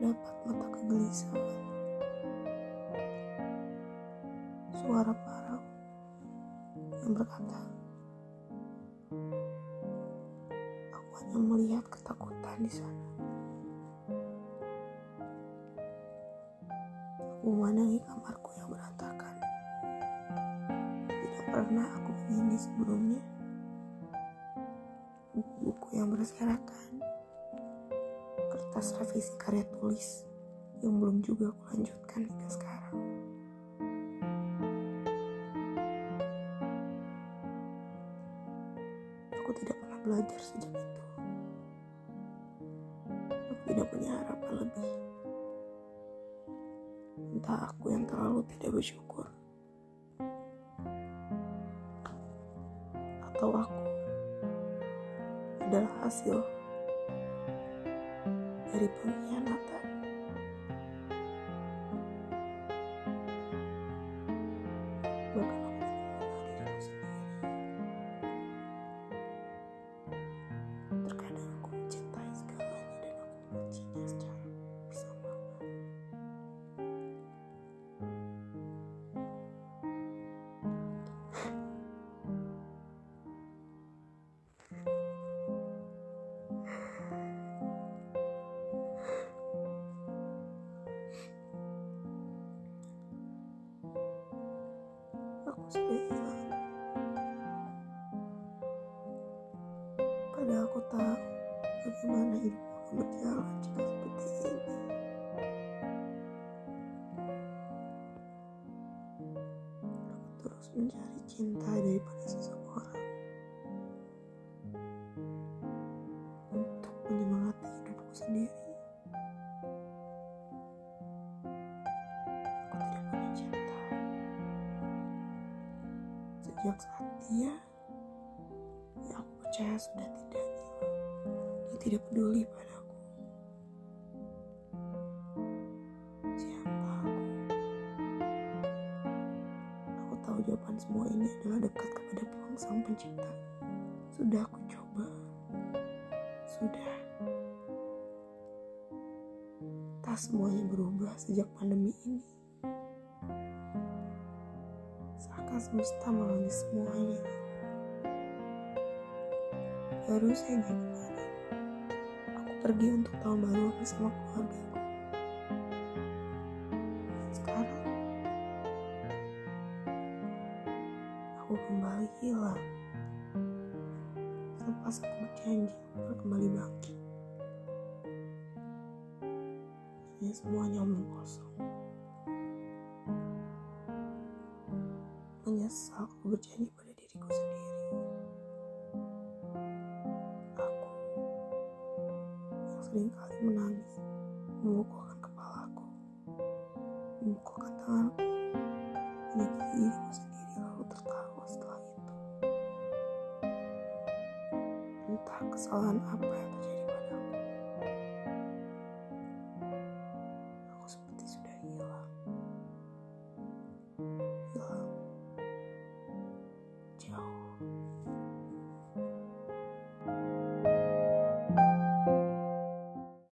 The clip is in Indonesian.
terdapat mata kegelisahan, suara parau yang berkata, aku hanya melihat ketakutan di sana. Aku memandangi kamarku yang berantakan. Tidak pernah aku begini sebelumnya. Buku-buku yang berserakan, kertas revisi karya tulis yang belum juga aku lanjutkan hingga sekarang. Aku tidak pernah belajar sejak itu. Aku tidak punya harapan lebih. Entah aku yang terlalu tidak bersyukur, atau aku adalah hasil dari pengkhianatan. Bahkan aku tidak mengenal diriku sendiri. Terkadang aku mencintai segalanya dan aku membencinya secara bersamaan. Aku sudah hilang. Padahal aku tahu bagaimana hidup akan berjalan jika seperti ini. Aku terus mencari cinta daripada seseorang untuk menyemangati hidupku sendiri. Aku tidak punya cinta. Sejak saat dia yang aku percaya sudah tidak hilang, dia tidak peduli padaku. Siapa aku? Aku tahu jawaban semua ini adalah dekat kepada Tuhan Sang Pencipta. Sudah aku coba. Sudah. Tak semuanya berubah sejak pandemi ini. Seakan semesta menangis semuanya. Baru saja kemarin, aku pergi untuk tahun baru bersama keluargaku. Sekarang, aku kembali hilang. Selepas aku berjanji untuk kembali bangkit. Ini semuanya omong kosong. Menyesal aku berjanji pada diriku sendiri. Aku yang seringkali menangis, memukulkan kepalaku, memukulkan tanganku, menyakiti diriku sendiri lalu tertawa setelah itu. Entah kesalahan apa